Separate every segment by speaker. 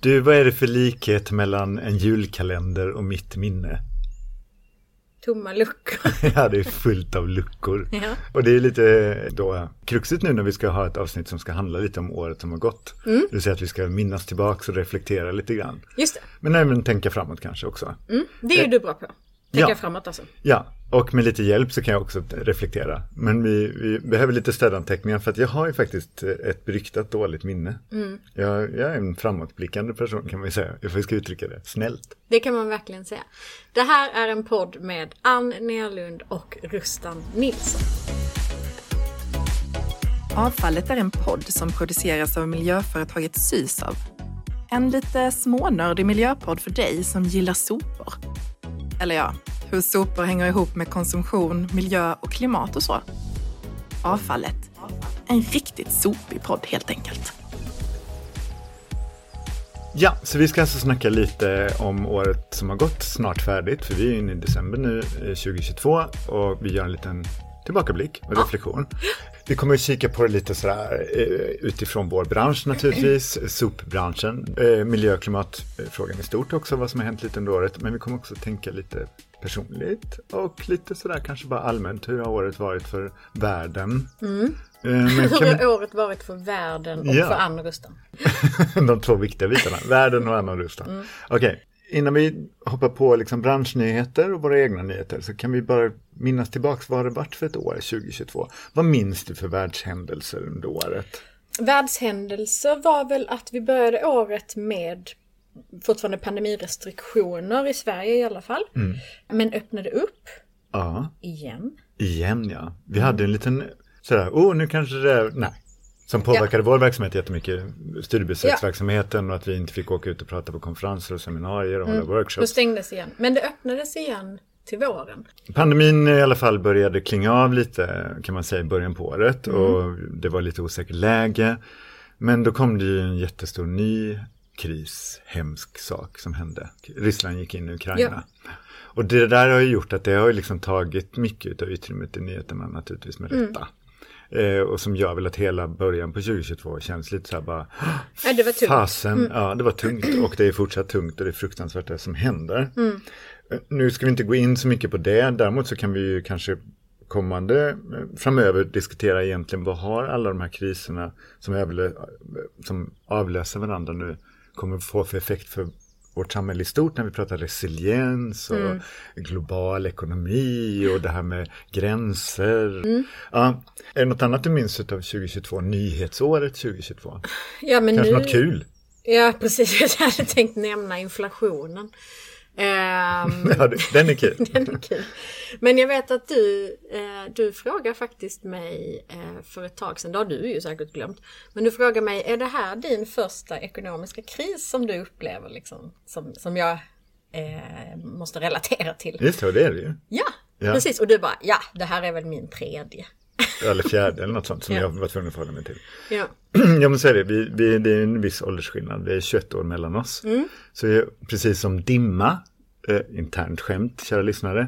Speaker 1: Du, vad är det för likhet mellan en julkalender och mitt minne?
Speaker 2: Tomma luckor.
Speaker 1: Ja, det är fullt av luckor.
Speaker 2: Ja.
Speaker 1: Och det är lite då kruxigt nu när vi ska ha ett avsnitt som ska handla lite om året som har gått. Det vill säga att vi ska minnas tillbaka och reflektera lite grann.
Speaker 2: Just det.
Speaker 1: Men även tänka framåt kanske också.
Speaker 2: Det är ju du bra på. Tänka framåt alltså.
Speaker 1: Ja, och med lite hjälp så kan jag också reflektera. Men vi behöver lite stödanteckningar för att jag har ju faktiskt ett beryktat dåligt minne. Jag är en framåtblickande person kan man ju säga. Jag ska uttrycka det snällt.
Speaker 2: Det kan man verkligen säga. Det här är en podd med Ann Nerlund och Rustan Nilsson.
Speaker 3: Avfallet är en podd som produceras av miljöföretaget Sysav. En lite smånördig miljöpodd för dig som gillar sopor. Eller ja, hur sopor hänger ihop med konsumtion, miljö och klimat och så. Avfallet. En riktigt sopig podd helt enkelt.
Speaker 1: Ja, så vi ska alltså snacka lite om året som har gått, snart färdigt. För vi är inne i december nu, 2022. Och vi gör en liten tillbakablick och reflektion. Vi kommer att kika på det lite sådär utifrån vår bransch naturligtvis, sopbranschen, miljö- och klimatfrågan i stort också, vad som har hänt lite under året. Men vi kommer också tänka lite personligt och lite sådär kanske bara allmänt. Hur har året varit för världen?
Speaker 2: Hur har året varit för världen och för Ann och Rustan?
Speaker 1: De två viktiga bitarna, världen och Ann och Rustan. Okej. Innan vi hoppar på liksom branschnyheter och våra egna nyheter så kan vi bara minnas tillbaka vad har det varit för ett år 2022. Vad minns du för världshändelser under året?
Speaker 2: Världshändelser var väl att vi började året med fortfarande pandemirestriktioner i Sverige i alla fall. Men öppnade upp igen.
Speaker 1: Ja. Vi hade en liten sådär, nu kanske det är, nej. Som påverkade vår verksamhet jättemycket, studiebesöksverksamheten och att vi inte fick åka ut och prata på konferenser och seminarier och hålla workshops.
Speaker 2: Då stängdes igen, men det öppnades igen till våren.
Speaker 1: Pandemin i alla fall började klinga av lite kan man säga i början på året och det var lite osäkert läge. Men då kom det ju en jättestor ny kris, hemsk sak som hände. Ryssland gick in i Ukraina. Ja. Och det där har ju gjort att det har liksom tagit mycket av utrymmet i nyheterna naturligtvis med rätta. Och som gör väl att hela början på 2022 känns lite så här bara
Speaker 2: det var tungt.
Speaker 1: Fasen, det var tungt och det är fortsatt tungt och det är fruktansvärt det som händer. Nu ska vi inte gå in så mycket på det, däremot så kan vi ju kanske framöver diskutera egentligen vad har alla de här kriserna som avlöser varandra nu kommer få för effekt för vårt samhälle i stort när vi pratar resiliens och global ekonomi och det här med gränser. Ja, är det något annat du minns av 2022, nyhetsåret 2022?
Speaker 2: Ja, men
Speaker 1: kanske något kul?
Speaker 2: Ja, precis. Jag hade tänkt nämna inflationen.
Speaker 1: Ja, den är kul.
Speaker 2: Den är kul. Men jag vet att du frågar faktiskt mig för ett tag sedan, då har du ju säkert glömt, men du frågar mig, är det här din första ekonomiska kris som du upplever liksom, som jag måste relatera till?
Speaker 1: Just det, det är det ju.
Speaker 2: Ja, precis. Och du bara, det här är väl min tredje.
Speaker 1: Eller fjärde eller något sånt som jag var tvungen att förhålla mig till.
Speaker 2: Ja.
Speaker 1: Jag måste säga det är en viss åldersskillnad. Vi är 21 år mellan oss. Så precis som dimma, internt skämt, kära lyssnare,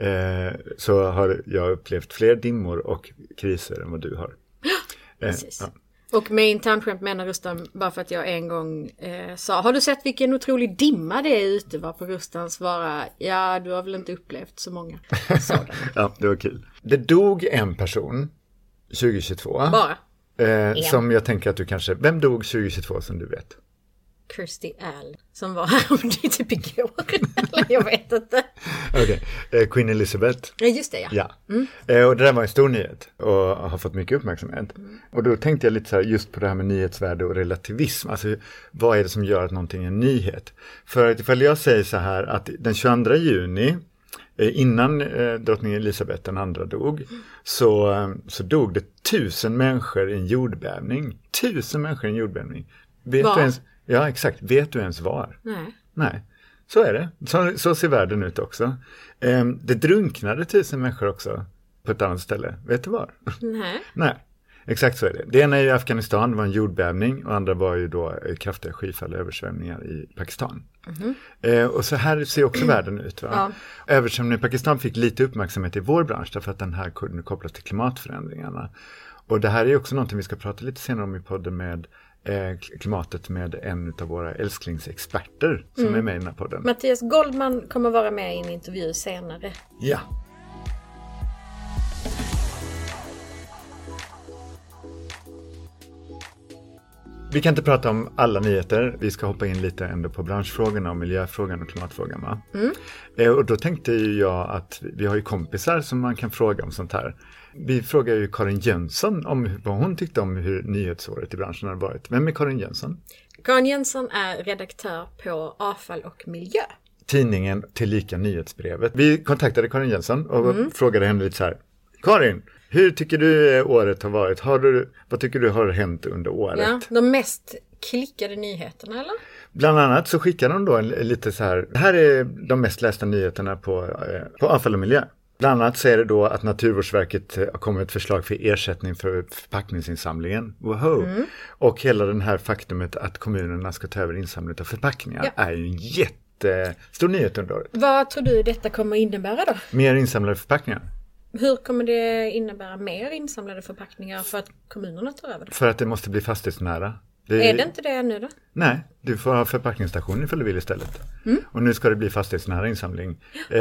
Speaker 1: så har jag upplevt fler dimmor och kriser än vad du har.
Speaker 2: Precis. Och med internskämt menar Rustan bara för att jag en gång sa, har du sett vilken otrolig dimma det är ute? Var på Rustan svara, du har väl inte upplevt så många sådana.
Speaker 1: Ja, det var kul. Det dog en person 2022.
Speaker 2: Bara?
Speaker 1: Som jag tänker att du kanske, vem dog 2022 som du vet?
Speaker 2: Kirstie Alley, som var här typ igår. Eller jag vet inte.
Speaker 1: Okej. Queen Elizabeth.
Speaker 2: Ja, just det, ja.
Speaker 1: Och det där var en stor nyhet och har fått mycket uppmärksamhet. Och då tänkte jag lite så här just på det här med nyhetsvärde och relativism. Alltså, vad är det som gör att någonting är en nyhet? För att ifall jag säger så här att den 22 juni innan drottning Elisabeth den andra dog så dog det 1000 människor i en jordbävning. 1000 människor i en jordbävning. Vet du ens? Ja, exakt. Vet du ens var? Nej. Så är det. Så ser världen ut också. Det drunknade 1000 människor också på ett annat ställe. Vet du var? Nej. Exakt så är det. Det ena är i Afghanistan, det var en jordbävning och andra var ju då kraftiga skyfall och översvämningar i Pakistan. Och så här ser också världen ut. Va? Ja. Översvämningen i Pakistan fick lite uppmärksamhet i vår bransch därför att den här kunde kopplas till klimatförändringarna. Och det här är också någonting vi ska prata lite senare om i podden med klimatet med en av våra älsklingsexperter som är med i den här podden.
Speaker 2: Mattias Goldman kommer vara med i en intervju senare.
Speaker 1: Ja. Vi kan inte prata om alla nyheter. Vi ska hoppa in lite ändå på branschfrågorna och miljöfrågan och klimatfrågan. Va? Och då tänkte jag att vi har ju kompisar som man kan fråga om sånt här. Vi frågar ju Karin Jönsson om vad hon tyckte om hur nyhetsåret i branschen har varit. Vem är Karin Jönsson?
Speaker 2: Karin Jönsson är redaktör på Avfall och miljö.
Speaker 1: Tidningen tillika nyhetsbrevet. Vi kontaktade Karin Jönsson och frågade henne lite så här. Karin, hur tycker du året har varit? Vad tycker du har hänt under året?
Speaker 2: Ja, de mest klickade nyheterna, eller?
Speaker 1: Bland annat så skickar de då lite så här. Det här är de mest lästa nyheterna på avfall och miljö. Bland annat så är det då att Naturvårdsverket har kommit ett förslag för ersättning för förpackningsinsamlingen. Wow! Och hela den här faktumet att kommunerna ska ta över insamling av förpackningar är ju en jättestor nyhet under året.
Speaker 2: Vad tror du detta kommer innebära då?
Speaker 1: Mer insamlade förpackningar.
Speaker 2: Hur kommer det innebära mer insamlade förpackningar för att kommunerna tar över det?
Speaker 1: För att det måste bli fastighetsnära.
Speaker 2: Är det inte det nu då?
Speaker 1: Nej, du får ha förpackningsstation ifall du vill istället. Och nu ska det bli fastighetsnära insamling.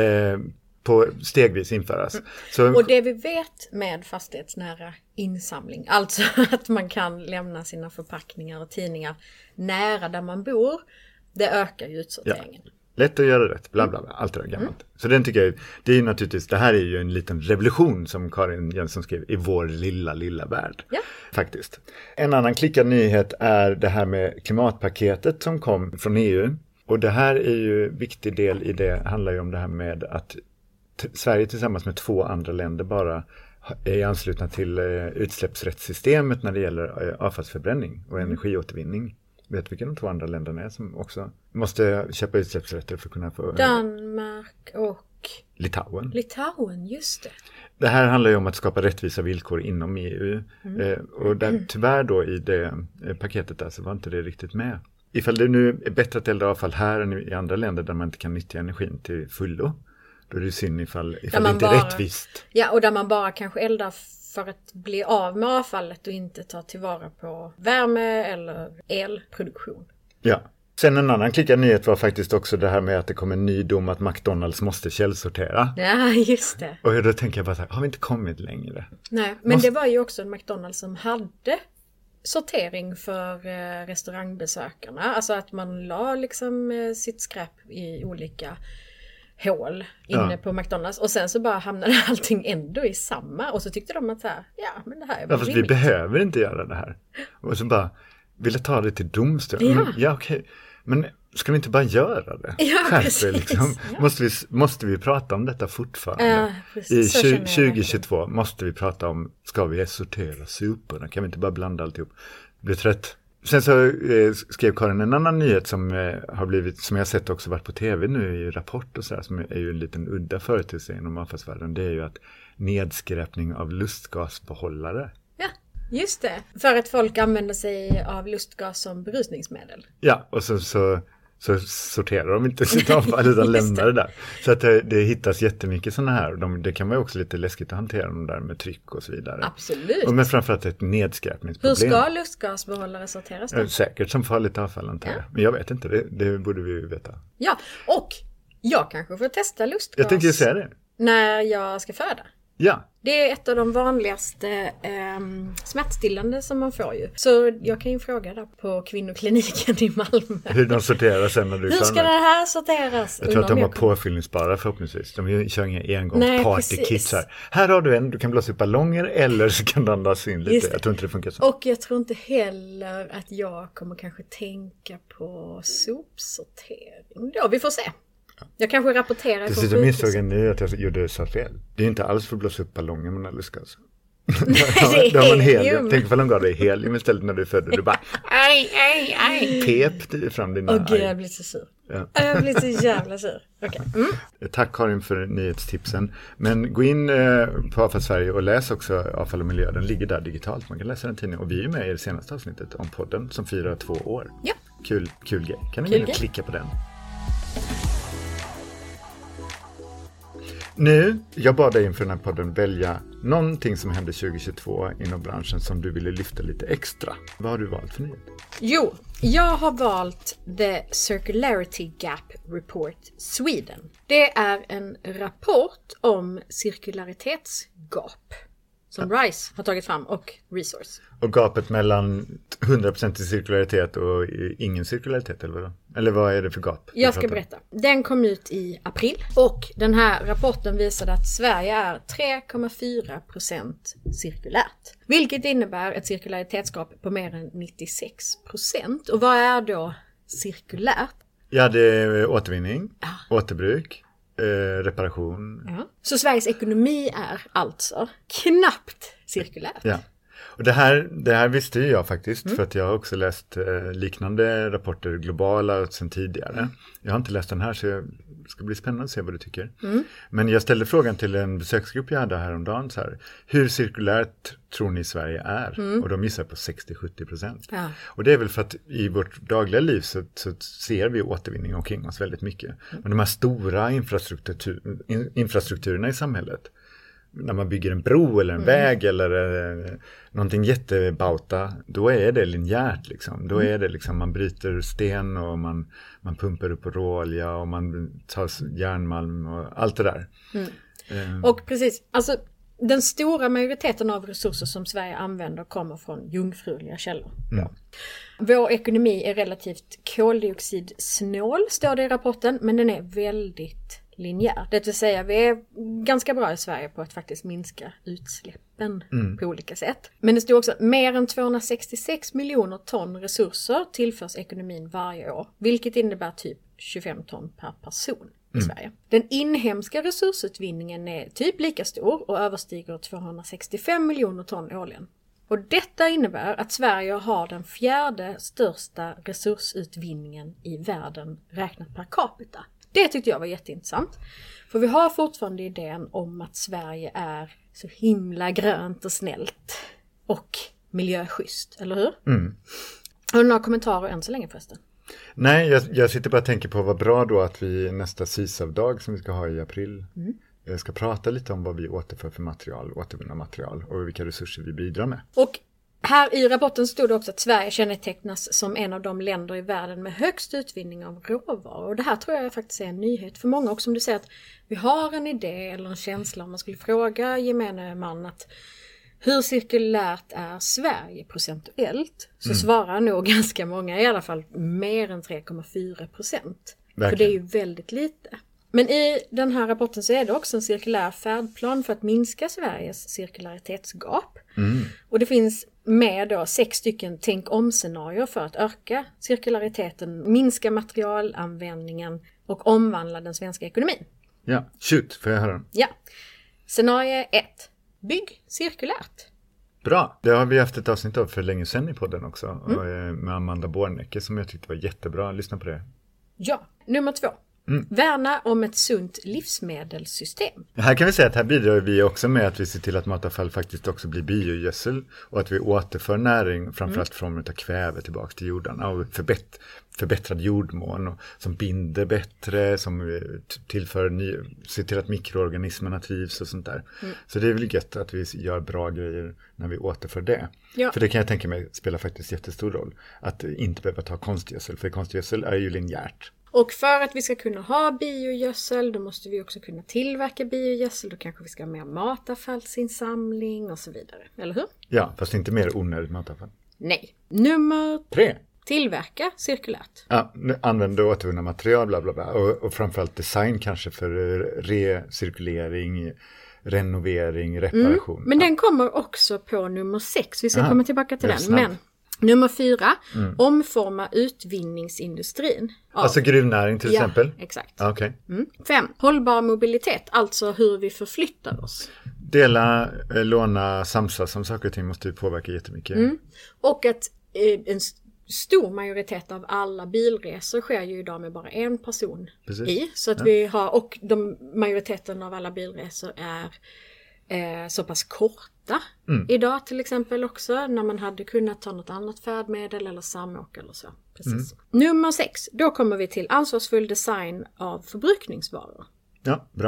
Speaker 1: På stegvis införas. Så,
Speaker 2: och det vi vet med fastighetsnära insamling, alltså att man kan lämna sina förpackningar och tidningar nära där man bor, det ökar ju utsorteringen.
Speaker 1: Ja. Lätt att göra rätt, bla bla bla, allt det där gammalt. Så den tycker jag, det är naturligtvis, det här är ju en liten revolution som Karin Jönsson skrev i vår lilla värld.
Speaker 2: Ja.
Speaker 1: Faktiskt. En annan klickad nyhet är det här med klimatpaketet som kom från EU. Och det här är ju en viktig del i det, handlar ju om det här med att Sverige tillsammans med 2 andra länder bara är anslutna till utsläppsrättssystemet när det gäller avfallsförbränning och energiåtervinning. Vet du vilka de 2 andra länderna är som också måste köpa utsläppsrätter för att kunna få...
Speaker 2: Danmark och...
Speaker 1: Litauen,
Speaker 2: just det.
Speaker 1: Det här handlar ju om att skapa rättvisa villkor inom EU. Och där, tyvärr då i det paketet där så var inte det riktigt med. Ifall det nu är bättre att elda avfall här än i andra länder där man inte kan nyttja energin till fullo. Då är det synd ifall det inte är rättvist.
Speaker 2: Ja, och där man bara kanske eldar för att bli av med avfallet och inte ta tillvara på värme eller elproduktion.
Speaker 1: Ja. Sen en annan klickad nyhet var faktiskt också det här med att det kommer en ny dom att McDonalds måste källsortera.
Speaker 2: Ja, just det.
Speaker 1: Och då tänker jag bara så här, har vi inte kommit längre?
Speaker 2: Nej, men det var ju också en McDonalds som hade sortering för restaurangbesökarna. Alltså att man la liksom sitt skräp i olika hål inne på McDonalds. Och sen så bara hamnade allting ändå i samma. Och så tyckte de att så här, men det här är väl
Speaker 1: fast
Speaker 2: rimligt.
Speaker 1: Vi behöver inte göra det här. Och så bara, vill jag ta det till domstol?
Speaker 2: Ja.
Speaker 1: Men, okej. Men ska vi inte bara göra det?
Speaker 2: Ja,
Speaker 1: precis. Liksom.
Speaker 2: Ja.
Speaker 1: Måste vi prata om detta fortfarande? I 2022 måste vi prata om, ska vi sortera soporna? Kan vi inte bara blanda alltihop? Jag blir trött. Sen så skrev Karin en annan nyhet som har blivit, som jag sett också varit på tv nu i Rapport och så här, som är ju en liten udda företeelse inom avfallsvärlden. Det är ju att nedskräpning av lustgasbehållare.
Speaker 2: Ja, just det. För att folk använder sig av lustgas som berusningsmedel.
Speaker 1: Ja, och så sorterar de inte sitt avfall utan lämnar det där. Så att det hittas jättemycket sådana här. Det kan vara också lite läskigt att hantera dem där med tryck och så vidare.
Speaker 2: Absolut.
Speaker 1: Men framförallt ett nedskräpningsproblem.
Speaker 2: Hur ska lustgasbehållare sorteras då?
Speaker 1: Säkert som farligt avfall antar jag. Men jag vet inte, det borde vi ju veta.
Speaker 2: Ja, och jag kanske får testa lustgas.
Speaker 1: Jag tänkte ju säga det.
Speaker 2: När jag ska föda.
Speaker 1: Ja.
Speaker 2: Det är ett av de vanligaste smärtstillande som man får ju. Så jag kan ju fråga där på kvinnokliniken i Malmö.
Speaker 1: Hur de sorterar sen när du
Speaker 2: Hur ska det här sorteras?
Speaker 1: Jag tror att de har påfyllningsbara förhoppningsvis. De kör inga engångspartykits här. Här har du en, du kan blåsa upp ballonger eller så kan du andas in lite. Jag tror inte det funkar så.
Speaker 2: Och jag tror inte heller att jag kommer kanske tänka på sopsortering. Ja, vi får se. Jag kanske rapporterar på
Speaker 1: sjukhuset. Jag insåg nu att jag gjorde så fel. Det är inte alls för att blåsa upp ballonger med en lustgas.
Speaker 2: Nej, det är helium.
Speaker 1: Tänk ifall de gav dig helium istället när du födde. Du bara aj. Pep fram dina
Speaker 2: Åh gud, jag blir så sur. Ja. Jag blir så jävla sur. Okay.
Speaker 1: Tack Karin för nyhetstipsen. Men gå in på Avfall Sverige och läs också Avfall och miljö. Den ligger där digitalt. Man kan läsa den tidningen. Och vi är med i det senaste avsnittet om podden som firar 2 år.
Speaker 2: Ja.
Speaker 1: Kul grej. Kan ni klicka på den? Nu, jag bad dig inför den här podden välja någonting som hände 2022 inom branschen som du ville lyfta lite extra. Vad har du valt för nyhet?
Speaker 2: Jo, jag har valt The Circularity Gap Report Sweden. Det är en rapport om cirkularitetsgap som RISE har tagit fram och Resource.
Speaker 1: Och gapet mellan 100% cirkularitet och ingen cirkularitet, eller vad? Eller vad är det för gap?
Speaker 2: Jag ska berätta. Den kom ut i april och den här rapporten visade att Sverige är 3,4% cirkulärt. Vilket innebär ett cirkularitetsgap på mer än 96%. Och vad är då cirkulärt?
Speaker 1: Ja, det är återvinning, återbruk, reparation.
Speaker 2: Ja. Så Sveriges ekonomi är alltså knappt cirkulär.
Speaker 1: Ja. Och det här visste jag faktiskt för att jag har också läst liknande rapporter globala sedan tidigare. Jag har inte läst den här så det ska bli spännande att se vad du tycker. Men jag ställde frågan till en besöksgrupp jag hade häromdagen så här. Hur cirkulärt tror ni Sverige är? Och de gissar på 60-70%. Ja. Och det är väl för att i vårt dagliga liv så ser vi återvinning omkring oss väldigt mycket. Men de här stora infrastrukturerna i samhället, när man bygger en bro eller en väg eller någonting jättebauta, då är det linjärt liksom. Då är det liksom, man bryter sten och man pumpar upp råolja och man tar järnmalm och allt det där.
Speaker 2: Och precis, alltså den stora majoriteten av resurser som Sverige använder kommer från jungfruliga källor. Vår ekonomi är relativt koldioxidsnål, står det i rapporten, men den är väldigt linjär. Det vill säga vi är ganska bra i Sverige på att faktiskt minska utsläppen på olika sätt. Men det står också att mer än 266 miljoner ton resurser tillförs ekonomin varje år. Vilket innebär typ 25 ton per person i Sverige. Den inhemska resursutvinningen är typ lika stor och överstiger 265 miljoner ton årligen. Och detta innebär att Sverige har den 4:e största resursutvinningen i världen räknat per capita. Det tyckte jag var jätteintressant. För vi har fortfarande idén om att Sverige är så himla grönt och snällt och miljöschysst, eller hur? Har du några kommentarer än så länge förresten?
Speaker 1: Nej, jag sitter bara och tänker på vad bra då att vi nästa SISAV-dag som vi ska ha i april ska prata lite om vad vi återför för material, återvunna material och vilka resurser vi bidrar med.
Speaker 2: Och här i rapporten stod det också att Sverige kännetecknas som en av de länder i världen med högst utvinning av råvaror. Och det här tror jag faktiskt är en nyhet för många. Och som du säger att vi har en idé eller en känsla om man skulle fråga gemene man att hur cirkulärt är Sverige procentuellt? Så svarar nog ganska många, i alla fall mer än 3,4%. För det är ju väldigt lite. Men i den här rapporten så är det också en cirkulär färdplan för att minska Sveriges cirkularitetsgap. Och det finns med då 6 stycken tänk-om-scenarier för att öka cirkulariteten, minska materialanvändningen och omvandla den svenska ekonomin.
Speaker 1: Ja, shoot, får jag höra?
Speaker 2: Ja. Scenario 1. Bygg cirkulärt.
Speaker 1: Bra, det har vi haft ett avsnitt av för länge sedan i podden också. Med Amanda Bornecke som jag tyckte var jättebra. Lyssna på det.
Speaker 2: Ja, nummer 2. Värna om ett sunt livsmedelssystem.
Speaker 1: Här kan vi säga att här bidrar vi också med att vi ser till att matavfall faktiskt också blir biogödsel och att vi återför näring, framförallt från av kväve tillbaka till jordarna och förbättrad jordmån och som binder bättre, som ser till att mikroorganismerna trivs och sånt där. Så det är väl gött att vi gör bra grejer när vi återför det. Ja. För det kan jag tänka mig spelar faktiskt jättestor roll att inte behöva ta konstgödsel, för konstgödsel är ju linjärt.
Speaker 2: Och för att vi ska kunna ha biogödsel, då måste vi också kunna tillverka biogödsel. Då kanske vi ska ha mer matavfallsinsamling och så vidare. Eller hur?
Speaker 1: Ja, fast inte mer onödigt matavfall.
Speaker 2: Nej. Nummer
Speaker 1: 3.
Speaker 2: Tillverka cirkulärt.
Speaker 1: Ja, använda återvunna material, bla bla bla. Och framförallt design kanske för recirkulering, renovering, reparation.
Speaker 2: Men den kommer också på nummer 6. Vi ska komma tillbaka till den. Men nummer 4, omforma utvinningsindustrin.
Speaker 1: Alltså gruvnäring till exempel?
Speaker 2: Ja, exakt.
Speaker 1: Okay.
Speaker 2: 5, hållbar mobilitet, alltså hur vi förflyttar oss.
Speaker 1: Dela, låna, samsa som saker och ting måste ju påverka jättemycket.
Speaker 2: Och att en stor majoritet av alla bilresor sker ju idag med bara en person i. Så att vi har, och majoriteten av alla bilresor är så pass korta idag till exempel också, när man hade kunnat ta något annat färdmedel eller samåka eller så. Precis. Nummer 6, då kommer vi till ansvarsfull design av förbrukningsvaror.
Speaker 1: Ja, bra.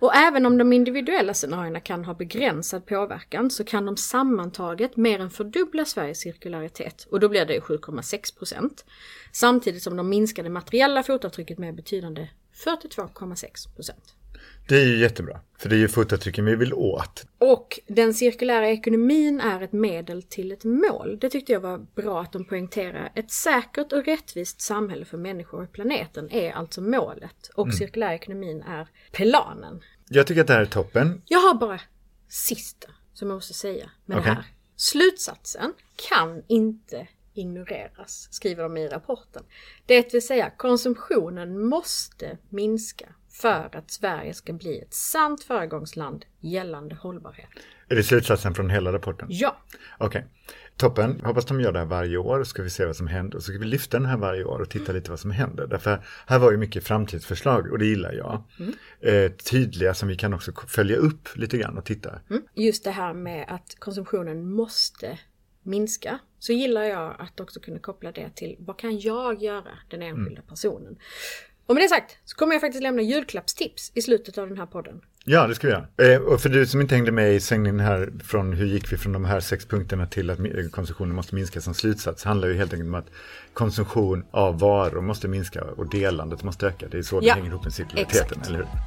Speaker 2: Och även om de individuella scenarierna kan ha begränsad påverkan så kan de sammantaget mer än fördubbla Sveriges cirkularitet. Och då blir det 7,6%. Samtidigt som de minskar det materiella fotavtrycket med betydande 42,6%.
Speaker 1: Det är ju jättebra, för det är ju fotavtrycken vi vill åt.
Speaker 2: Och den cirkulära ekonomin är ett medel till ett mål. Det tyckte jag var bra att de poängterar. Ett säkert och rättvist samhälle för människor och planeten är alltså målet. Och cirkulär ekonomin är planen.
Speaker 1: Jag tycker att det här är toppen.
Speaker 2: Jag har bara sista som jag måste säga med det här. Slutsatsen kan inte ignoreras, skriver de i rapporten. Det vill säga, konsumtionen måste minska för att Sverige ska bli ett sant föregångsland gällande hållbarhet.
Speaker 1: Är det slutsatsen från hela rapporten?
Speaker 2: Ja.
Speaker 1: Okej. Toppen. Hoppas de gör det här varje år, så ska vi se vad som händer. Och så ska vi lyfta den här varje år och titta lite vad som händer. Därför här var ju mycket framtidsförslag och det gillar jag. Tydliga som vi kan också följa upp lite grann och titta.
Speaker 2: Just det här med att konsumtionen måste minska, så gillar jag att också kunna koppla det till vad kan jag göra, den enskilda personen. Och med det sagt så kommer jag faktiskt lämna julklappstips i slutet av den här podden.
Speaker 1: Ja, det ska vi göra. Och för du som inte hängde med i svängningen här från hur gick vi från de här 6 punkterna till att konsumtionen måste minska som slutsats, handlar ju helt enkelt om att konsumtion av varor måste minska och delandet måste öka. Det är så det hänger ihop med cirkulariteten, eller hur?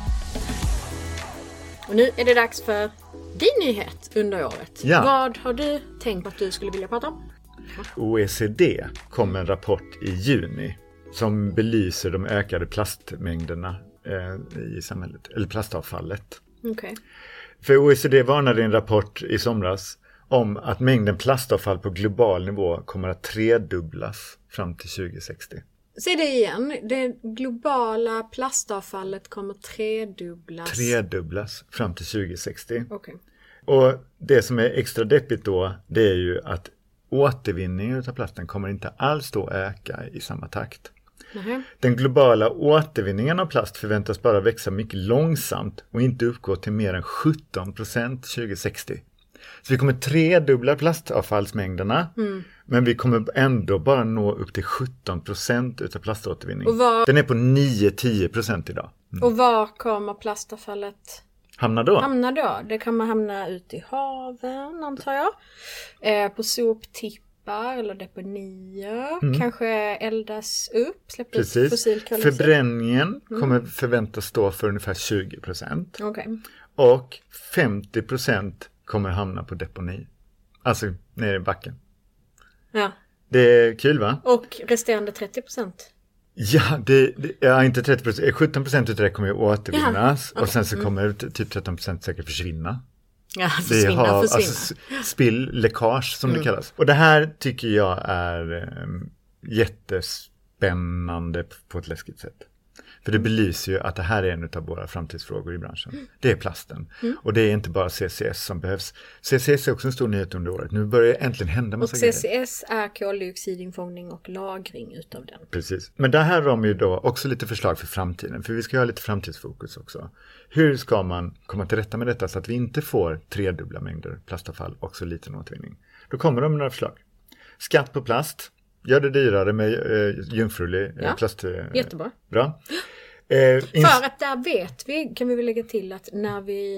Speaker 2: Och nu är det dags för din nyhet under året.
Speaker 1: Ja.
Speaker 2: Vad har du tänkt att du skulle vilja prata om?
Speaker 1: OECD kom med en rapport i juni som belyser de ökade plastmängderna i samhället, eller plastavfallet.
Speaker 2: Okay.
Speaker 1: För OECD varnade i en rapport i somras om att mängden plastavfall på global nivå kommer att tredubblas fram till 2060.
Speaker 2: Säg det igen, det globala plastavfallet kommer tredubblas
Speaker 1: fram till 2060.
Speaker 2: Okay.
Speaker 1: Och det som är extra deppigt då, det är ju att återvinningen av plasten kommer inte alls då öka i samma takt. Den globala återvinningen av plast förväntas bara växa mycket långsamt och inte uppgå till mer än 17% 2060. Så vi kommer tredubbla plastavfallsmängderna, men vi kommer ändå bara nå upp till 17% utav plaståtervinning. Den är på 9-10% idag.
Speaker 2: Och var kommer plastavfallet
Speaker 1: hamna då?
Speaker 2: Det kommer hamna ute i haven, antar jag. På soptippar eller deponier. Kanske eldas upp, släpper ut fossil koldioxid.
Speaker 1: Förbränningen kommer förväntas stå för ungefär 20%.
Speaker 2: Okay.
Speaker 1: Och 50% kommer hamna på deponi. Alltså nere i backen.
Speaker 2: Ja.
Speaker 1: Det är kul, va?
Speaker 2: Och resterande 30%?
Speaker 1: Ja, inte 30%. 17% utav det kommer ju återvinnas. Och sen så kommer typ 13% säkert försvinna.
Speaker 2: Ja, försvinna.
Speaker 1: Alltså läckage som det kallas. Och det här tycker jag är jättespännande på ett läskigt sätt. För det belyser ju att det här är en av våra framtidsfrågor i branschen. Det är plasten. Och det är inte bara CCS som behövs. CCS är också en stor nyhet under året. Nu börjar det äntligen hända massa grejer.
Speaker 2: Och CCS är koldioxidinfångning och lagring utav den.
Speaker 1: Precis. Men det här har de ju då också lite förslag för framtiden. För vi ska ha lite framtidsfokus också. Hur ska man komma till rätta med detta så att vi inte får tredubbla mängder plastavfall och så liten återvinning? Då kommer de med några förslag. Skatt på plast. Gör det dyrare med jungfrulig plast.
Speaker 2: Jättebra.
Speaker 1: Bra.
Speaker 2: För att där vet vi, kan vi väl lägga till att när vi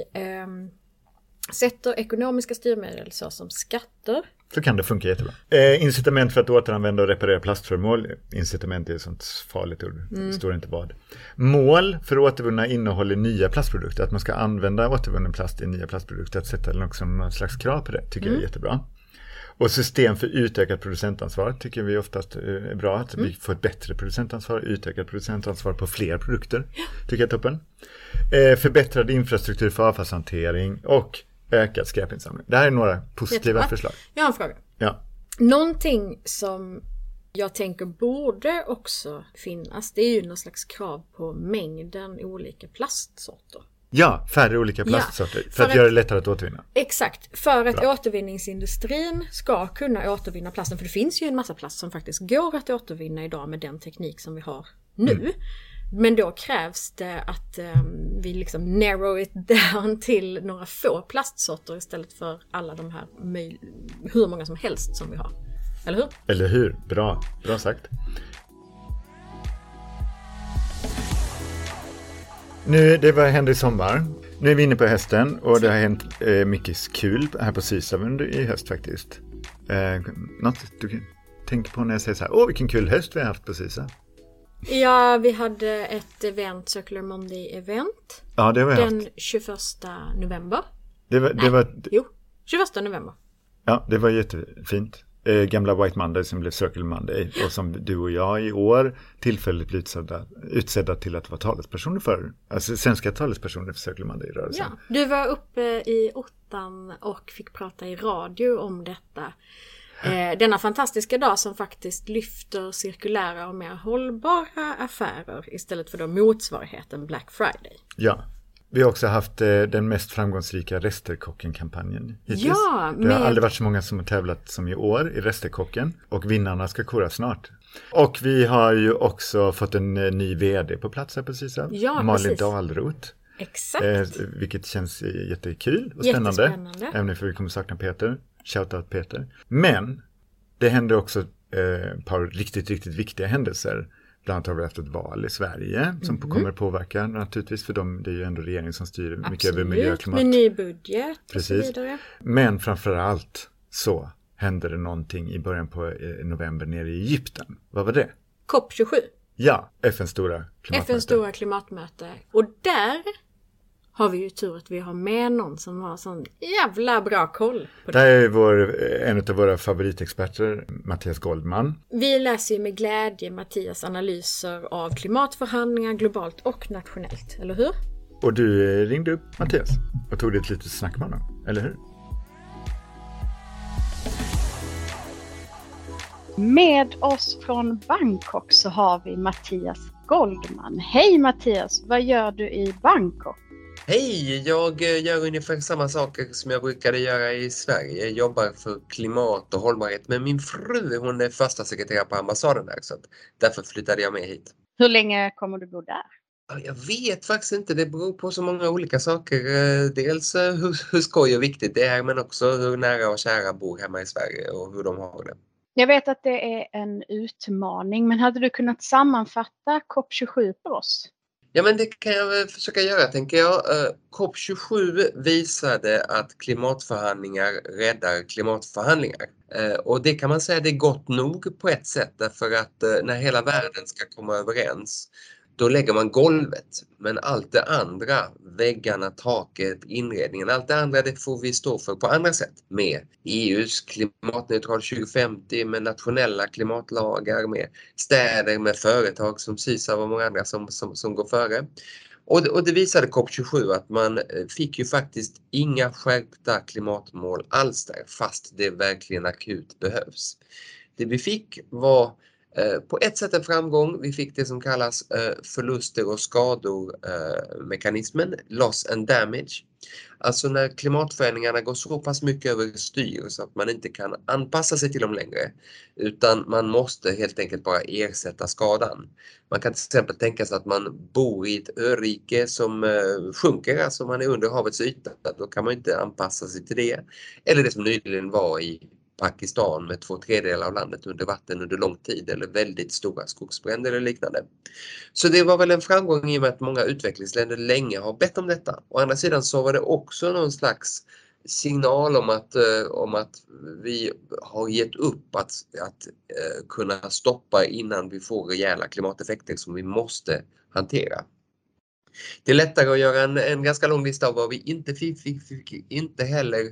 Speaker 2: sätter ekonomiska styrmedel så som skatter.
Speaker 1: Så kan det funka jättebra. Incitament för att återanvända och reparera plastföremål. Incitament är ett sånt farligt ord. Det står inte vad. Mål för återvunna innehåll i nya plastprodukter. Att man ska använda återvunnen plast i nya plastprodukter. Att sätta någon slags krav på det tycker jag är jättebra. Och system för utökat producentansvar tycker vi oftast är bra. Att vi får ett bättre producentansvar, utökat producentansvar på fler produkter. Tycker jag är toppen. Förbättrad infrastruktur för avfallshantering och ökad skräpinsamling. Det här är några positiva förslag.
Speaker 2: Jag har en fråga.
Speaker 1: Ja.
Speaker 2: Någonting som jag tänker borde också finnas, det är ju någon slags krav på mängden olika plastsorter.
Speaker 1: Ja, färre olika plastsorter för att göra det lättare att återvinna.
Speaker 2: Exakt, för att återvinningsindustrin ska kunna återvinna plasten. För det finns ju en massa plast som faktiskt går att återvinna idag med den teknik som vi har nu. Men då krävs det att vi liksom narrow it down till några få plastsorter istället för alla de här hur många som helst som vi har. Eller hur?
Speaker 1: Eller hur? Bra sagt. Vad hände i sommar? Nu är vi inne på hösten och det har hänt mycket kul här på Sysav i höst faktiskt. Något du kan tänka på när jag säger så här, vilken kul höst vi har haft på Sysav.
Speaker 2: Ja, vi hade ett event, Circular Monday-event.
Speaker 1: Ja, det har vi
Speaker 2: den
Speaker 1: haft.
Speaker 2: 21 november. 21 november.
Speaker 1: Ja, det var jättefint. Gamla White Monday som blev Circle Monday och som du och jag i år tillfälligt blev utsedda till att vara talespersoner för, alltså svenska talespersoner för Circle Monday-rörelsen.
Speaker 2: Ja, du var uppe i Ottan och fick prata i radio om detta. Denna fantastiska dag som faktiskt lyfter cirkulära och mer hållbara affärer istället för då motsvarigheten Black Friday.
Speaker 1: Ja. Vi har också haft den mest framgångsrika Resterkocken-kampanjen hittills.
Speaker 2: Ja,
Speaker 1: det har aldrig varit så många som har tävlat som i år i Resterkocken. Och vinnarna ska koras snart. Och vi har ju också fått en ny vd på plats här precis.
Speaker 2: Ja,
Speaker 1: Malin Dahlroth.
Speaker 2: Exakt.
Speaker 1: Vilket känns jättekul och spännande. Även om vi kommer sakna Peter. Shoutout Peter. Men det händer också ett par riktigt, riktigt viktiga händelser. Bland annat har vi haft ett val i Sverige som kommer påverka naturligtvis för det är ju ändå regeringen som styr mycket över miljö och klimat.
Speaker 2: Med ny budget och
Speaker 1: precis.
Speaker 2: så vidare.
Speaker 1: Men framförallt så hände det någonting i början på november nere i Egypten. Vad var det?
Speaker 2: COP27.
Speaker 1: Ja, FNs stora
Speaker 2: klimatmöte. Och där har vi ju tur att vi har med någon som har sån jävla bra koll på det.
Speaker 1: Där är en av våra favoritexperter, Mattias Goldman.
Speaker 2: Vi läser ju med glädje Mattias analyser av klimatförhandlingar globalt och nationellt, eller hur?
Speaker 1: Och du ringde upp Mattias och tog ett litet snack med honom, eller hur?
Speaker 4: Med oss från Bangkok så har vi Mattias Goldman. Hej Mattias, vad gör du i Bangkok?
Speaker 5: Hej, jag gör ungefär samma saker som jag brukade göra i Sverige. Jag jobbar för klimat och hållbarhet, men min fru hon är första sekreterare på ambassaden där, så att därför flyttade jag med hit.
Speaker 4: Hur länge kommer du bo där?
Speaker 5: Jag vet faktiskt inte, det beror på så många olika saker. Dels hur skoj och viktigt det är, men också hur nära och kära bor hemma i Sverige och hur de har det.
Speaker 4: Jag vet att det är en utmaning, men hade du kunnat sammanfatta COP27 för oss?
Speaker 5: Ja, men det kan jag väl försöka göra, tänker jag. COP27 visade att klimatförhandlingar räddar klimatförhandlingar. Och det kan man säga det är gott nog på ett sätt, därför att när hela världen ska komma överens, då lägger man golvet. Men allt det andra, väggarna, taket, inredningen, allt det andra det får vi stå för på andra sätt. Med EUs klimatneutral 2050, med nationella klimatlagar, med städer, med företag som Sysav och många andra som går före. Och det visade COP27 att man fick ju faktiskt inga skärpta klimatmål alls där, fast det verkligen akut behövs. Det vi fick var på ett sätt en framgång. Vi fick det som kallas förluster och skador mekanismen, loss and damage. Alltså när klimatförändringarna går så pass mycket över styr så att man inte kan anpassa sig till dem längre, utan man måste helt enkelt bara ersätta skadan. Man kan till exempel tänka sig att man bor i ett örike som sjunker, alltså man är under havets yta, då kan man inte anpassa sig till det. Eller det som nyligen var i Pakistan med 2/3 av landet under vatten under lång tid, eller väldigt stora skogsbränder eller liknande. Så det var väl en framgång i och med att många utvecklingsländer länge har bett om detta. Å andra sidan så var det också någon slags signal om att vi har gett upp att kunna stoppa innan vi får rejäla klimateffekter som vi måste hantera. Det är lättare att göra en ganska lång lista av vad vi inte fick inte heller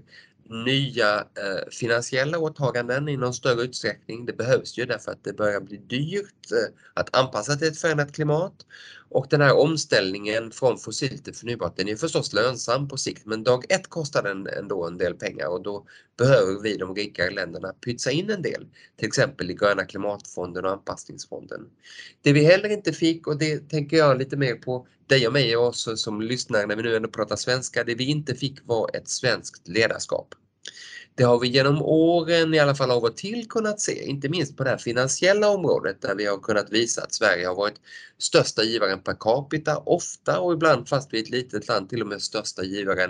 Speaker 5: nya finansiella åtaganden i någon större utsträckning. Det behövs ju därför att det börjar bli dyrt att anpassa till ett förändrat klimat. Och den här omställningen från fossilt till förnybart, den är förstås lönsam på sikt, men dag ett kostar den ändå en del pengar och då behöver vi de rikare länderna pytsa in en del, till exempel i gröna klimatfonden och anpassningsfonden. Det vi heller inte fick, och det tänker jag lite mer på dig och mig och oss som lyssnar när vi nu ändå pratar svenska, det vi inte fick var ett svenskt ledarskap. Det har vi genom åren i alla fall av och till kunnat se, inte minst på det här finansiella området där vi har kunnat visa att Sverige har varit största givaren per capita ofta och ibland fast vi är ett litet land till och med största givaren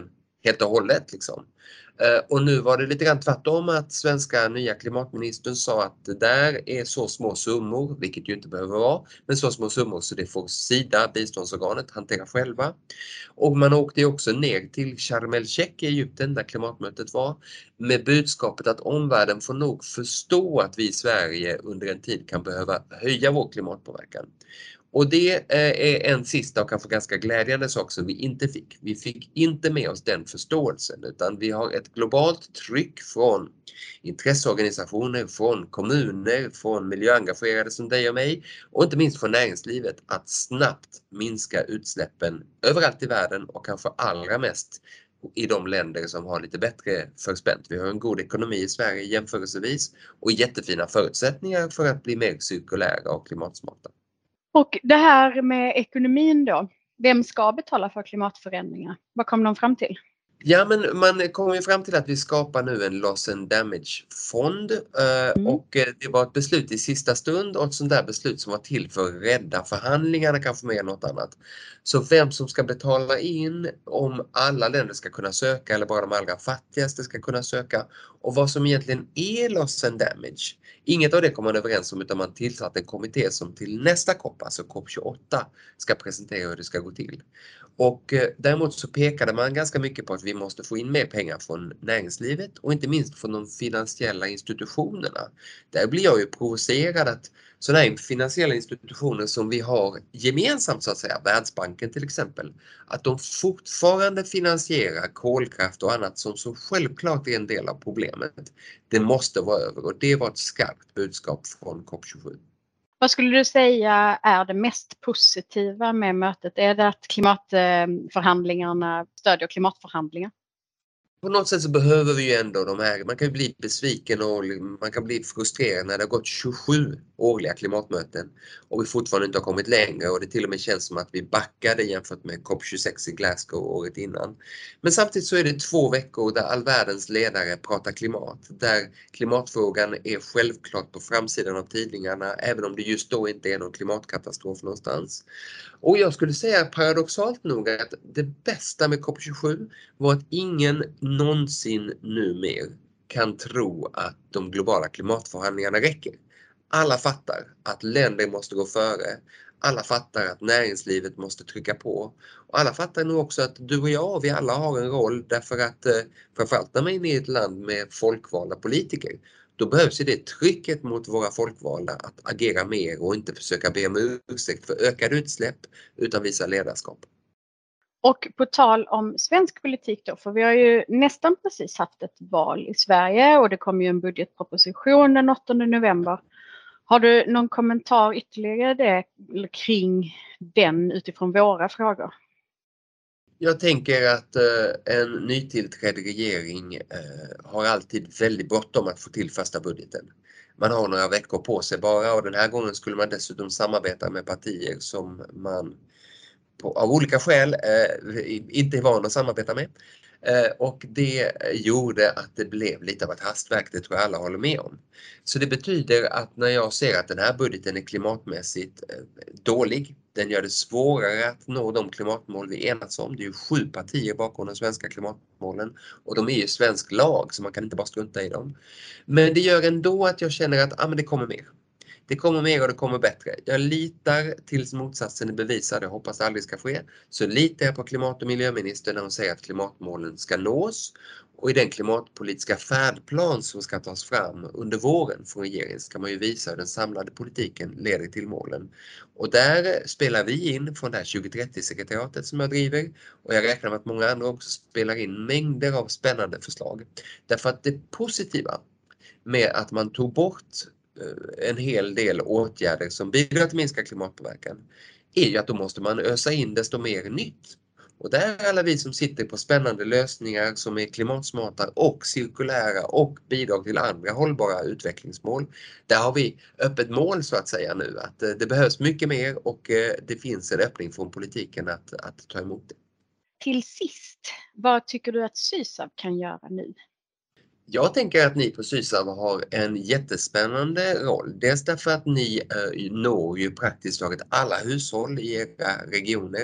Speaker 5: helt och hållet liksom. Och nu var det lite grann tvärtom att svenska nya klimatministern sa att det där är så små summor, vilket ju inte behöver vara, men så små summor så det får Sida, biståndsorganet, hantera själva. Och man åkte ju också ner till Sharm el-Sheikh i Egypten där klimatmötet var med budskapet att omvärlden får nog förstå att vi i Sverige under en tid kan behöva höja vår klimatpåverkan. Och det är en sista och kanske ganska glädjande sak som vi inte fick. Vi fick inte med oss den förståelsen utan vi har ett globalt tryck från intresseorganisationer, från kommuner, från miljöengagerade som dig och mig och inte minst från näringslivet att snabbt minska utsläppen överallt i världen och kanske allra mest i de länder som har lite bättre förspänt. Vi har en god ekonomi i Sverige jämförelsevis och jättefina förutsättningar för att bli mer cirkulära och klimatsmarta.
Speaker 4: Och det här med ekonomin då, vem ska betala för klimatförändringar? Vad kom de fram till?
Speaker 5: Ja, men man kommer ju fram till att vi skapar nu en loss and damage-fond och det var ett beslut i sista stund och ett sånt där beslut som var till för att rädda förhandlingarna kanske mer än något annat. Så vem som ska betala in, om alla länder ska kunna söka eller bara de allra fattigaste ska kunna söka och vad som egentligen är loss and damage. Inget av det kommer man överens om utan man tillsatte en kommitté som till nästa COP, alltså COP 28, ska presentera hur det ska gå till. Och däremot så pekade man ganska mycket på att vi måste få in mer pengar från näringslivet och inte minst från de finansiella institutionerna. Där blir jag ju provocerad att sådana här finansiella institutioner som vi har gemensamt så att säga, Världsbanken till exempel, att de fortfarande finansierar kolkraft och annat som så självklart är en del av problemet. Det måste vara över och det var ett skarpt budskap från COP27.
Speaker 4: Vad skulle du säga är det mest positiva med mötet? Är det att klimatförhandlingarna stödjer klimatförhandlingar?
Speaker 5: På något sätt så behöver vi ju ändå de här, man kan ju bli besviken och man kan bli frustrerad när det har gått 27 årliga klimatmöten och vi fortfarande inte har kommit längre och det till och med känns som att vi backade jämfört med COP26 i Glasgow året innan. Men samtidigt så är det 2 veckor där all världens ledare pratar klimat, där klimatfrågan är självklart på framsidan av tidningarna även om det just då inte är någon klimatkatastrof någonstans. Och jag skulle säga paradoxalt nog att det bästa med COP27 var att ingen någonsin numer kan tro att de globala klimatförhandlingarna räcker. Alla fattar att länder måste gå före. Alla fattar att näringslivet måste trycka på. Och alla fattar nog också att du och jag, vi alla har en roll därför att framförallt när man är inne i ett land med folkvalda politiker, då behövs det trycket mot våra folkvalda att agera mer och inte försöka be om ursäkt för ökade utsläpp utan visa ledarskap.
Speaker 4: Och på tal om svensk politik då, för vi har ju nästan precis haft ett val i Sverige och det kommer ju en budgetproposition den 8 november. Har du någon kommentar ytterligare kring den utifrån våra frågor?
Speaker 5: Jag tänker att en nytillträdd regering har alltid väldigt bråttom att få till första budgeten. Man har några veckor på sig bara och den här gången skulle man dessutom samarbeta med partier som man av olika skäl inte är van att samarbeta med. Och det gjorde att det blev lite av ett hastverk, det tror jag alla håller med om. Så det betyder att när jag ser att den här budgeten är klimatmässigt dålig, den gör det svårare att nå de klimatmål vi enats om. Det är ju 7 partier bakom de svenska klimatmålen och de är ju svensk lag så man kan inte bara strunta i dem. Men det gör ändå att jag känner att men det kommer mer. Det kommer mer och det kommer bättre. Jag litar tills motsatsen är bevisad, jag hoppas det aldrig ska ske. Så litar jag på klimat- och miljöministern när hon säger att klimatmålen ska nås. Och i den klimatpolitiska färdplan som ska tas fram under våren från regeringen ska man ju visa hur den samlade politiken leder till målen. Och där spelar vi in från det här 2030-sekretariatet som jag driver. Och jag räknar med att många andra också spelar in mängder av spännande förslag. Därför att det positiva med att man tog bort en hel del åtgärder som bidrar till minskad klimatpåverkan är ju att då måste man ösa in desto mer nytt. Och där är alla vi som sitter på spännande lösningar som är klimatsmarta och cirkulära och bidrar till andra hållbara utvecklingsmål. Där har vi öppet mål så att säga nu att det behövs mycket mer och det finns en öppning från politiken att ta emot det.
Speaker 4: Till sist, vad tycker du att Sysav kan göra nu?
Speaker 5: Jag tänker att ni på Sysav har en jättespännande roll. Dels därför att ni når ju praktiskt taget alla hushåll i era regioner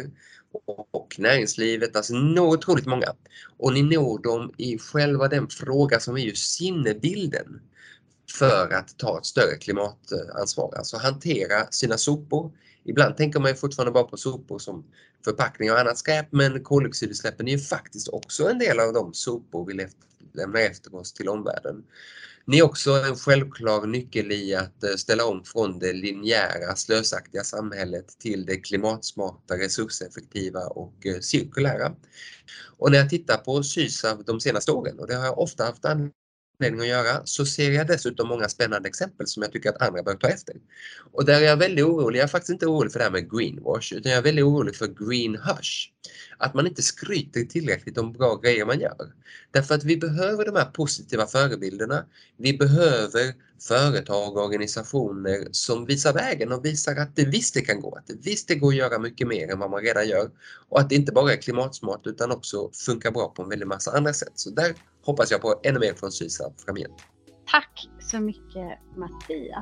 Speaker 5: och näringslivet. Alltså når otroligt många. Och ni når dem i själva den fråga som är ju sinnebilden för att ta ett större klimatansvar. Alltså hantera sina sopor. Ibland tänker man ju fortfarande bara på sopor som förpackning och annat skräp, men koldioxidutsläppen är ju faktiskt också en del av de sopor vi lämnar efter oss till omvärlden. Ni är också en självklar nyckel i att ställa om från det linjära, slösaktiga samhället till det klimatsmarta, resurseffektiva och cirkulära. Och när jag tittar på Sysav de senaste åren, och det har jag ofta haft anledning att göra, så ser jag dessutom många spännande exempel som jag tycker att andra bör ta efter. Och där är jag väldigt orolig, jag är faktiskt inte orolig för det här med greenwash, utan jag är väldigt orolig för green hush. Att man inte skryter tillräckligt om bra grejer man gör. Därför att vi behöver de här positiva förebilderna. Vi behöver företag och organisationer som visar vägen och visar att det visst det kan gå. Att det visst det går att göra mycket mer än vad man redan gör. Och att det inte bara är klimatsmart utan också funkar bra på en väldigt massa andra sätt. Så där hoppas jag på ännu mer från Sysav framgent.
Speaker 4: Tack så mycket, Mattias.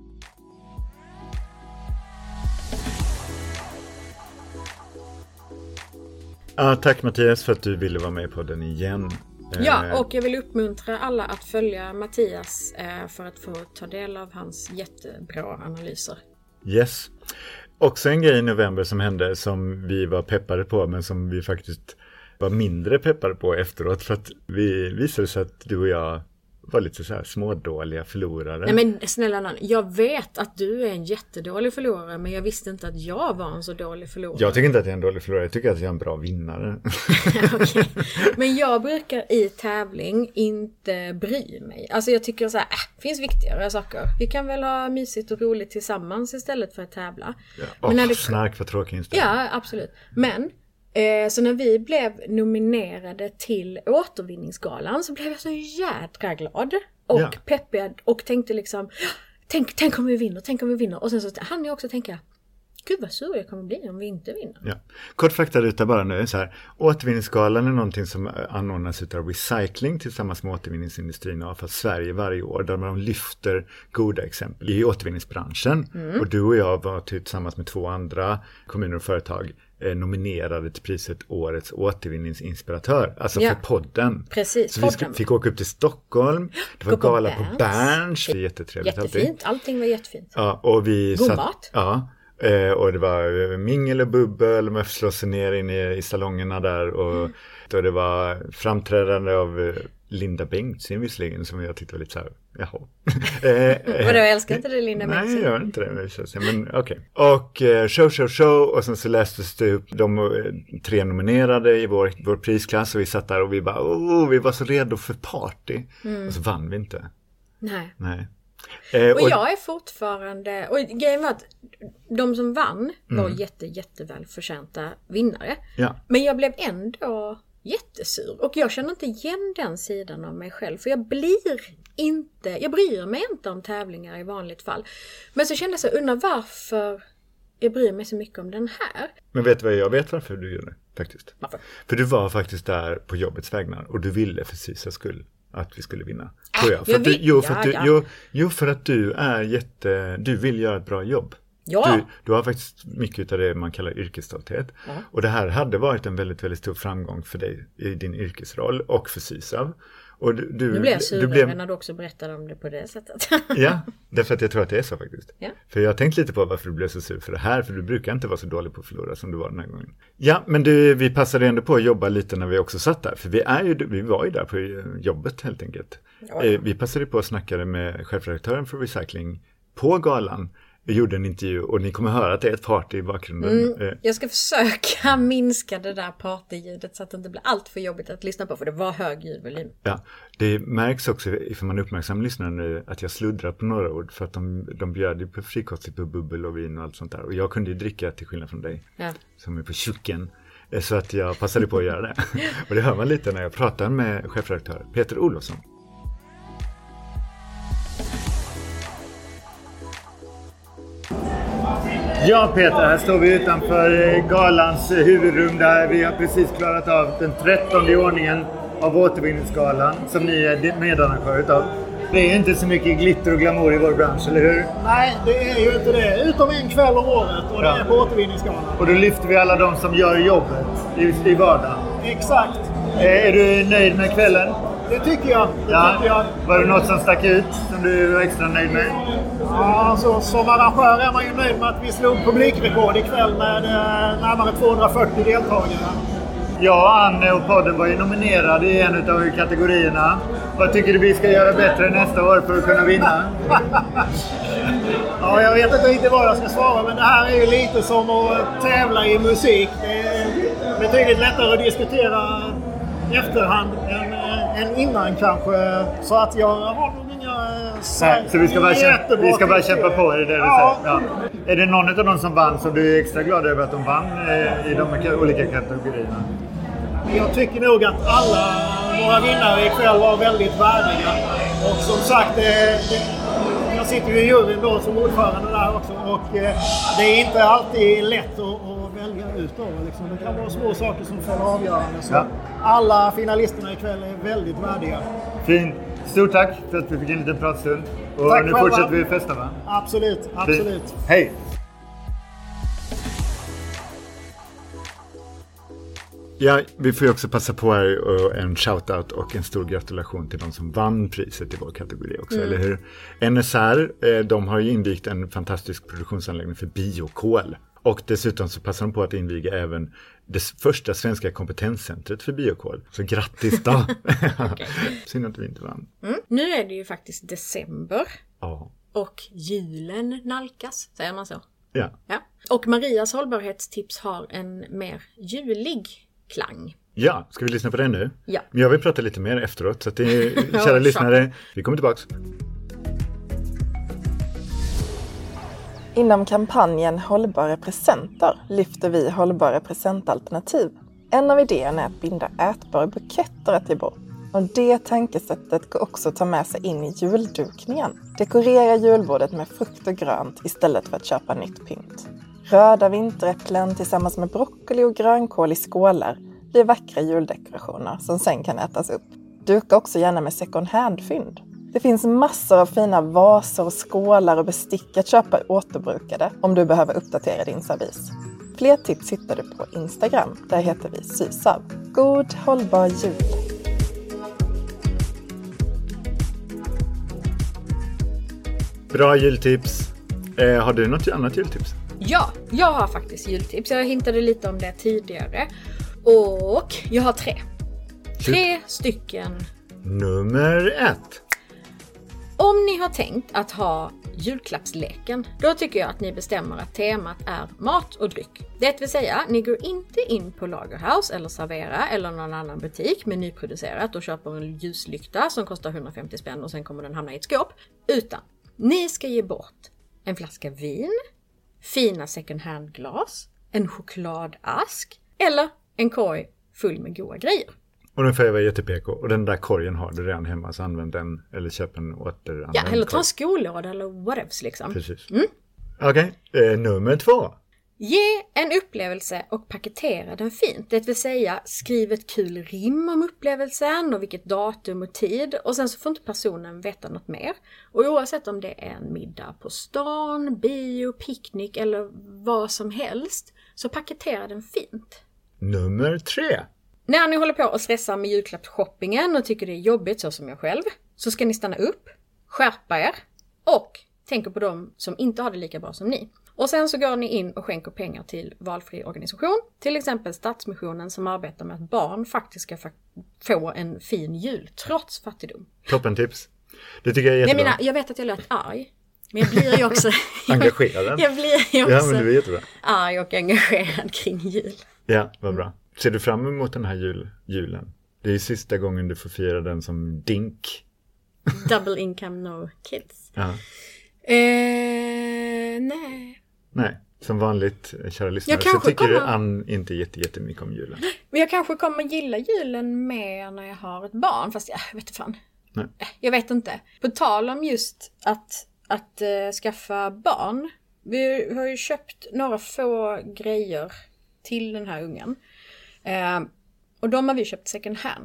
Speaker 1: Ja, tack Mattias för att du ville vara med i podden igen.
Speaker 2: Ja, och jag vill uppmuntra alla att följa Mattias för att få ta del av hans jättebra analyser.
Speaker 1: Yes. Också en grej i november som hände som vi var peppade på, men som vi faktiskt var mindre peppade på efteråt, för att vi visade sig att du och jag var lite så här smådåliga förlorare.
Speaker 2: Nej men snälla någon, jag vet att du är en jättedålig förlorare, men jag visste inte att jag var en så dålig förlorare.
Speaker 1: Jag tycker inte att jag är en dålig förlorare, jag tycker att jag är en bra vinnare.
Speaker 2: Okay. Men jag brukar i tävling inte bry mig. Alltså jag tycker så här, finns viktigare saker. Vi kan väl ha mysigt och roligt tillsammans istället för att tävla.
Speaker 1: Ja. Men när det... Snark för tråkig inställning.
Speaker 2: Ja, absolut. Men så när vi blev nominerade till återvinningsgalan så blev jag så jädra glad och peppad och tänkte liksom, tänk om vi vinner. Och sen så hann jag också tänka, gud vad sur jag kommer bli om vi inte vinner.
Speaker 1: Ja. Kort faktaruta bara nu, så här, återvinningsgalan är någonting som anordnas utav Recycling tillsammans med återvinningsindustrin och Avfall Sverige varje år, där man lyfter goda exempel i återvinningsbranschen. Och du och jag var tillsammans med 2 andra kommuner och företag nominerade till priset Årets återvinningsinspiratör, alltså för podden.
Speaker 2: Precis,
Speaker 1: så vi fick åka upp till Stockholm, det var gala på Berns. Det är jättetrevligt.
Speaker 2: Jättefint, allting var jättefint.
Speaker 1: Ja, och vi
Speaker 2: god mat.
Speaker 1: Ja. Och det var mingel och bubbel, man slår sig ner inne i salongerna där och det var framträdande av Linda Bengtzing visserligen som jag tyckte var lite så här, jaha.
Speaker 2: Och då älskar inte det Linda Bengtzing?
Speaker 1: Nej, jag gör inte det. Men okej. Och show och sen så lästes det upp de 3 nominerade i vår prisklass och vi satt där och vi bara, vi var så redo för party. Och så vann vi inte. Nej.
Speaker 2: Och jag är fortfarande, och grejen var att de som vann var jätteväl förtjänta vinnare.
Speaker 1: Ja.
Speaker 2: Men jag blev ändå jättesur och jag känner inte igen den sidan av mig själv, för jag bryr mig inte om tävlingar i vanligt fall. Men så kände jag undrar varför jag bryr mig så mycket om den här.
Speaker 1: Men vet du vad jag vet varför du gör det faktiskt?
Speaker 2: Varför?
Speaker 1: För du var faktiskt där på jobbets vägnar och du ville för Sysas skull att vi skulle vinna. För att du är du vill göra ett bra jobb.
Speaker 2: Ja.
Speaker 1: Du har faktiskt mycket av det man kallar yrkesstolthet. Ja. Och det här hade varit en väldigt, väldigt stor framgång för dig i din yrkesroll och för Sysav. Och
Speaker 2: nu blev jag surare när du också berättade om det på det sättet.
Speaker 1: Ja, därför att jag tror att det är så faktiskt.
Speaker 2: Ja.
Speaker 1: För jag har tänkt lite på varför du blev så sur för det här. För du brukar inte vara så dålig på att förlora som du var den här gången. Ja, men vi passade ändå på att jobba lite när vi också satt där. För vi var ju där på jobbet helt enkelt. Ja. Vi passade på att snacka med chefredaktören för Recycling på galan. Vi gjorde en intervju och ni kommer höra att det är ett party i bakgrunden.
Speaker 2: Jag ska försöka minska det där partyljudet så att det inte blir allt för jobbigt att lyssna på, för det var hög ljudvolym.
Speaker 1: Ja, det märks också ifall man uppmärksam lyssnar nu att jag sluddrar på några ord, för att de bjöd ju på frikostigt på bubbel och vin och allt sånt där. Och jag kunde ju dricka till skillnad från dig som är på tjucken. Så att jag passade på att göra det. Och det hör man lite när jag pratar med chefredaktör Peter Olofsson. Ja Peter, här står vi utanför galans huvudrum där vi har precis klarat av den 13:e ordningen av återvinningsgalan som ni är medarrangör utav. Det är inte så mycket glitter och glamour i vår bransch, eller hur?
Speaker 6: Nej, det är ju inte det. Utom en kväll om året och det är på återvinningsgalan.
Speaker 1: Och då lyfter vi alla de som gör jobbet i vardagen.
Speaker 6: Exakt.
Speaker 1: Är du nöjd med kvällen?
Speaker 6: Det tycker jag.
Speaker 1: Var det något som stack ut som du var extra nöjd med?
Speaker 6: Ja, alltså, som arrangör är man ju nöjd med att vi slog publikrekord ikväll med närmare 240 deltagare.
Speaker 1: Jag och Anne och podden var ju nominerade i en av kategorierna. Vad tycker du vi ska göra bättre nästa år för att kunna vinna?
Speaker 6: Ja, jag vet inte riktigt vad jag ska svara, men det här är ju lite som att tävla i musik. Det är betydligt lättare att diskutera efterhand än innan kanske. Så att jag har nog inga...
Speaker 1: Så vi ska bara kämpa på, är det du säger? Ja. Är det någon av dem som vann som du är extra glad över att de vann i de olika kategorierna?
Speaker 6: Jag tycker nog att alla våra vinnare ikväll var väldigt värdiga. Och som sagt, jag sitter ju i juryn då som ordförande där också. Och det är inte alltid lätt att välja ut då. Liksom. Det kan vara små saker som får avgörande. Så alla finalisterna ikväll är väldigt värdiga.
Speaker 1: Fint. Stort tack för att vi fick en liten pratstund. Och tack nu själva. Fortsätter vi festa, va?
Speaker 6: Absolut.
Speaker 1: Fint. Hej! Ja, vi får ju också passa på här och en shoutout och en stor gratulation till de som vann priset i vår kategori också, eller hur? NSR, de har ju invigt en fantastisk produktionsanläggning för biokol. Och dessutom så passar de på att inviga även det första svenska kompetenscentret för biokol. Så grattis då! Okay. Synd att vi inte vann.
Speaker 2: Nu är det ju faktiskt december.
Speaker 1: Ja.
Speaker 2: Och julen nalkas, säger man så?
Speaker 1: Ja.
Speaker 2: Och Marias hållbarhetstips har en mer julig klang.
Speaker 1: Ja, ska vi lyssna på den nu?
Speaker 2: Ja.
Speaker 1: Men jag vill prata lite mer efteråt, så att det är, kära lyssnare, vi kommer tillbaks.
Speaker 3: Inom kampanjen Hållbara presenter lyfter vi hållbara presentalternativ. En av idéerna är att binda ätbara buketter till bord. Och det tankesättet går också att ta med sig in i juldukningen. Dekorera julbordet med frukt och grönt istället för att köpa nytt pynt. Röda vinteräpplen tillsammans med broccoli och grönkål i skålar blir vackra juldekorationer som sen kan ätas upp. Duka också gärna med second hand-fynd. Det finns massor av fina vaser och skålar och bestick att köpa återbrukade om du behöver uppdatera din servis. Fler tips hittar du på Instagram, där heter vi Sysav. God hållbar jul!
Speaker 1: Bra jultips. Har du något annat jultips?
Speaker 2: Ja, jag har faktiskt jultips. Jag hintade lite om det tidigare. Och jag har 3. 3 stycken.
Speaker 1: Nummer 1.
Speaker 2: Om ni har tänkt att ha julklappsleken, då tycker jag att ni bestämmer att temat är mat och dryck. Det vill säga, ni går inte in på Lagerhaus eller Servera eller någon annan butik med nyproducerat och köper en ljuslykta som kostar 150 spänn och sen kommer den hamna i ett skåp. Utan, ni ska ge bort en flaska vin, fina second hand-glas, en chokladask eller en korg full med goda grejer.
Speaker 1: Och den får jag vara jätte-PK. Och den där korgen har du redan hemma, så använd den eller köp en återanvänd.
Speaker 2: Ja, eller ta en skolåda eller whatevs liksom.
Speaker 1: Precis. Okej, nummer 2.
Speaker 2: Ge en upplevelse och paketera den fint. Det vill säga, skriv ett kul rim om upplevelsen och vilket datum och tid. Och sen så får inte personen veta något mer. Och oavsett om det är en middag på stan, bio, picknick eller vad som helst, så paketera den fint.
Speaker 1: Nummer 3.
Speaker 2: När ni håller på och stressar med julklappsshoppingen och tycker det är jobbigt så som jag själv, så ska ni stanna upp, skärpa er och tänka på dem som inte har det lika bra som ni. Och sen så går ni in och skänker pengar till valfri organisation, till exempel Stadsmissionen som arbetar med att barn faktiskt ska få en fin jul trots fattigdom.
Speaker 1: Toppen-tips. Det tycker jag är jättebra.
Speaker 2: Jag vet att jag lät arg, men jag blir ju också
Speaker 1: engagerad.
Speaker 2: Jag blir ju också
Speaker 1: men du är jättebra.
Speaker 2: Arg och engagerad kring jul.
Speaker 1: Ja, vad bra. Ser du fram emot den här julen? Det är ju sista gången du får fira den som dink.
Speaker 2: Double income, no kids.
Speaker 1: Ja. Nej, som vanligt, kära lyssnare, så tycker du Ann inte jättemycket om julen.
Speaker 2: Men jag kanske kommer gilla julen mer när jag har ett barn, fast jag vet inte fan.
Speaker 1: Nej.
Speaker 2: Jag vet inte. På tal om just att skaffa barn. Vi har ju köpt några få grejer till den här ungen. Och de har vi köpt second hand.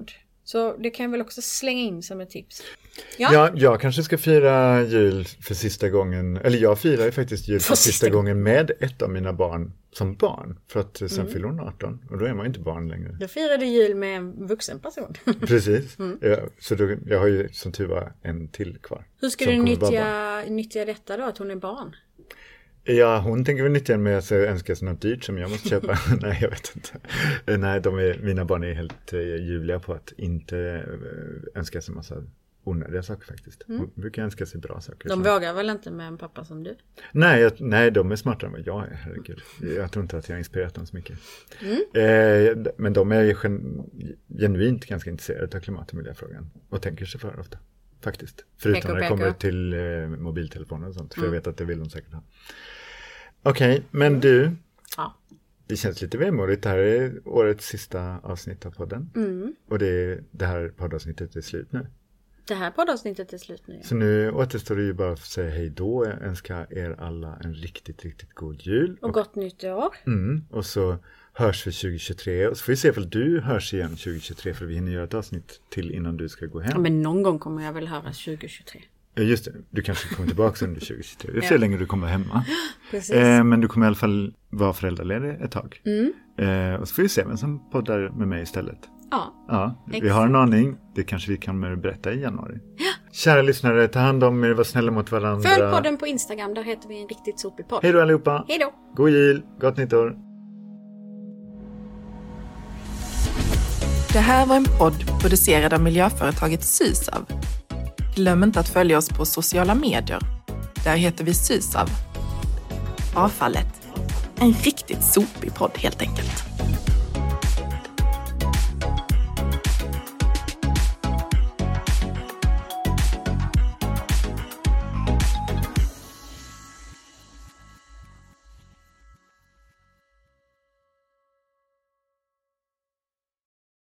Speaker 2: Så det kan jag väl också slänga in som ett tips.
Speaker 1: Ja, jag kanske ska fira jul för sista gången. Eller jag firar ju faktiskt jul för sista gången med ett av mina barn som barn. För att sen fyller hon 18. Och då är man ju inte barn längre.
Speaker 2: Då firar du jul med en vuxen person.
Speaker 1: Precis. Ja, så då, jag har ju som tur var en till kvar.
Speaker 2: Hur ska du nyttja detta då, att hon är barn?
Speaker 1: Ja, hon tänker väl nyttja med att önska sig något dyrt som jag måste köpa. Nej, jag vet inte. Nej, mina barn är helt ljuvliga på att inte önska sig massa onödiga saker faktiskt. De brukar önska sig bra saker.
Speaker 2: De vågar väl inte med en pappa som du?
Speaker 1: Nej, de är smartare än vad jag är, herregud. Jag tror inte att jag har inspirerat dem så mycket. Men de är ju genuint ganska intresserade av klimat- och miljöfrågan. Och tänker sig för ofta, faktiskt. Förutom när det kommer till mobiltelefoner och sånt. För jag vet att det vill de säkert ha. Okej, men du. Ja. Det känns lite vemodigt. Det här är årets sista avsnitt av podden. Och det här poddavsnittet är slut nu.
Speaker 2: Det här poddavsnittet är slut nu. Ja.
Speaker 1: Så nu återstår det ju bara att säga hej då. Jag önskar er alla en riktigt, riktigt god jul.
Speaker 2: Och gott nytt år.
Speaker 1: Och så hörs vi 2023. Och så får vi se om du hörs igen 2023. För vi hinner göra ett avsnitt till innan du ska gå hem.
Speaker 2: Ja, men någon gång kommer jag väl höras 2023.
Speaker 1: Just det, du kanske kommer tillbaka under 2023. Vi får se hur länge du kommer hemma.
Speaker 2: Precis.
Speaker 1: Men du kommer i alla fall vara föräldraledig ett tag. Och så får vi se vem som poddar med mig istället. Ja, vi har en aning. Det kanske vi kan berätta i januari. Ja. Kära lyssnare, ta hand om er, var snälla mot varandra.
Speaker 2: Följ podden på Instagram, där heter vi en riktigt sopig podd.
Speaker 1: Hej då allihopa.
Speaker 2: Hej då.
Speaker 1: God jul, gott nytt år.
Speaker 3: Det här var en podd producerad av miljöföretaget Sysav. Glöm inte att följa oss på sociala medier. Där heter vi Sysav. Avfallet. En riktigt sopig podd helt enkelt.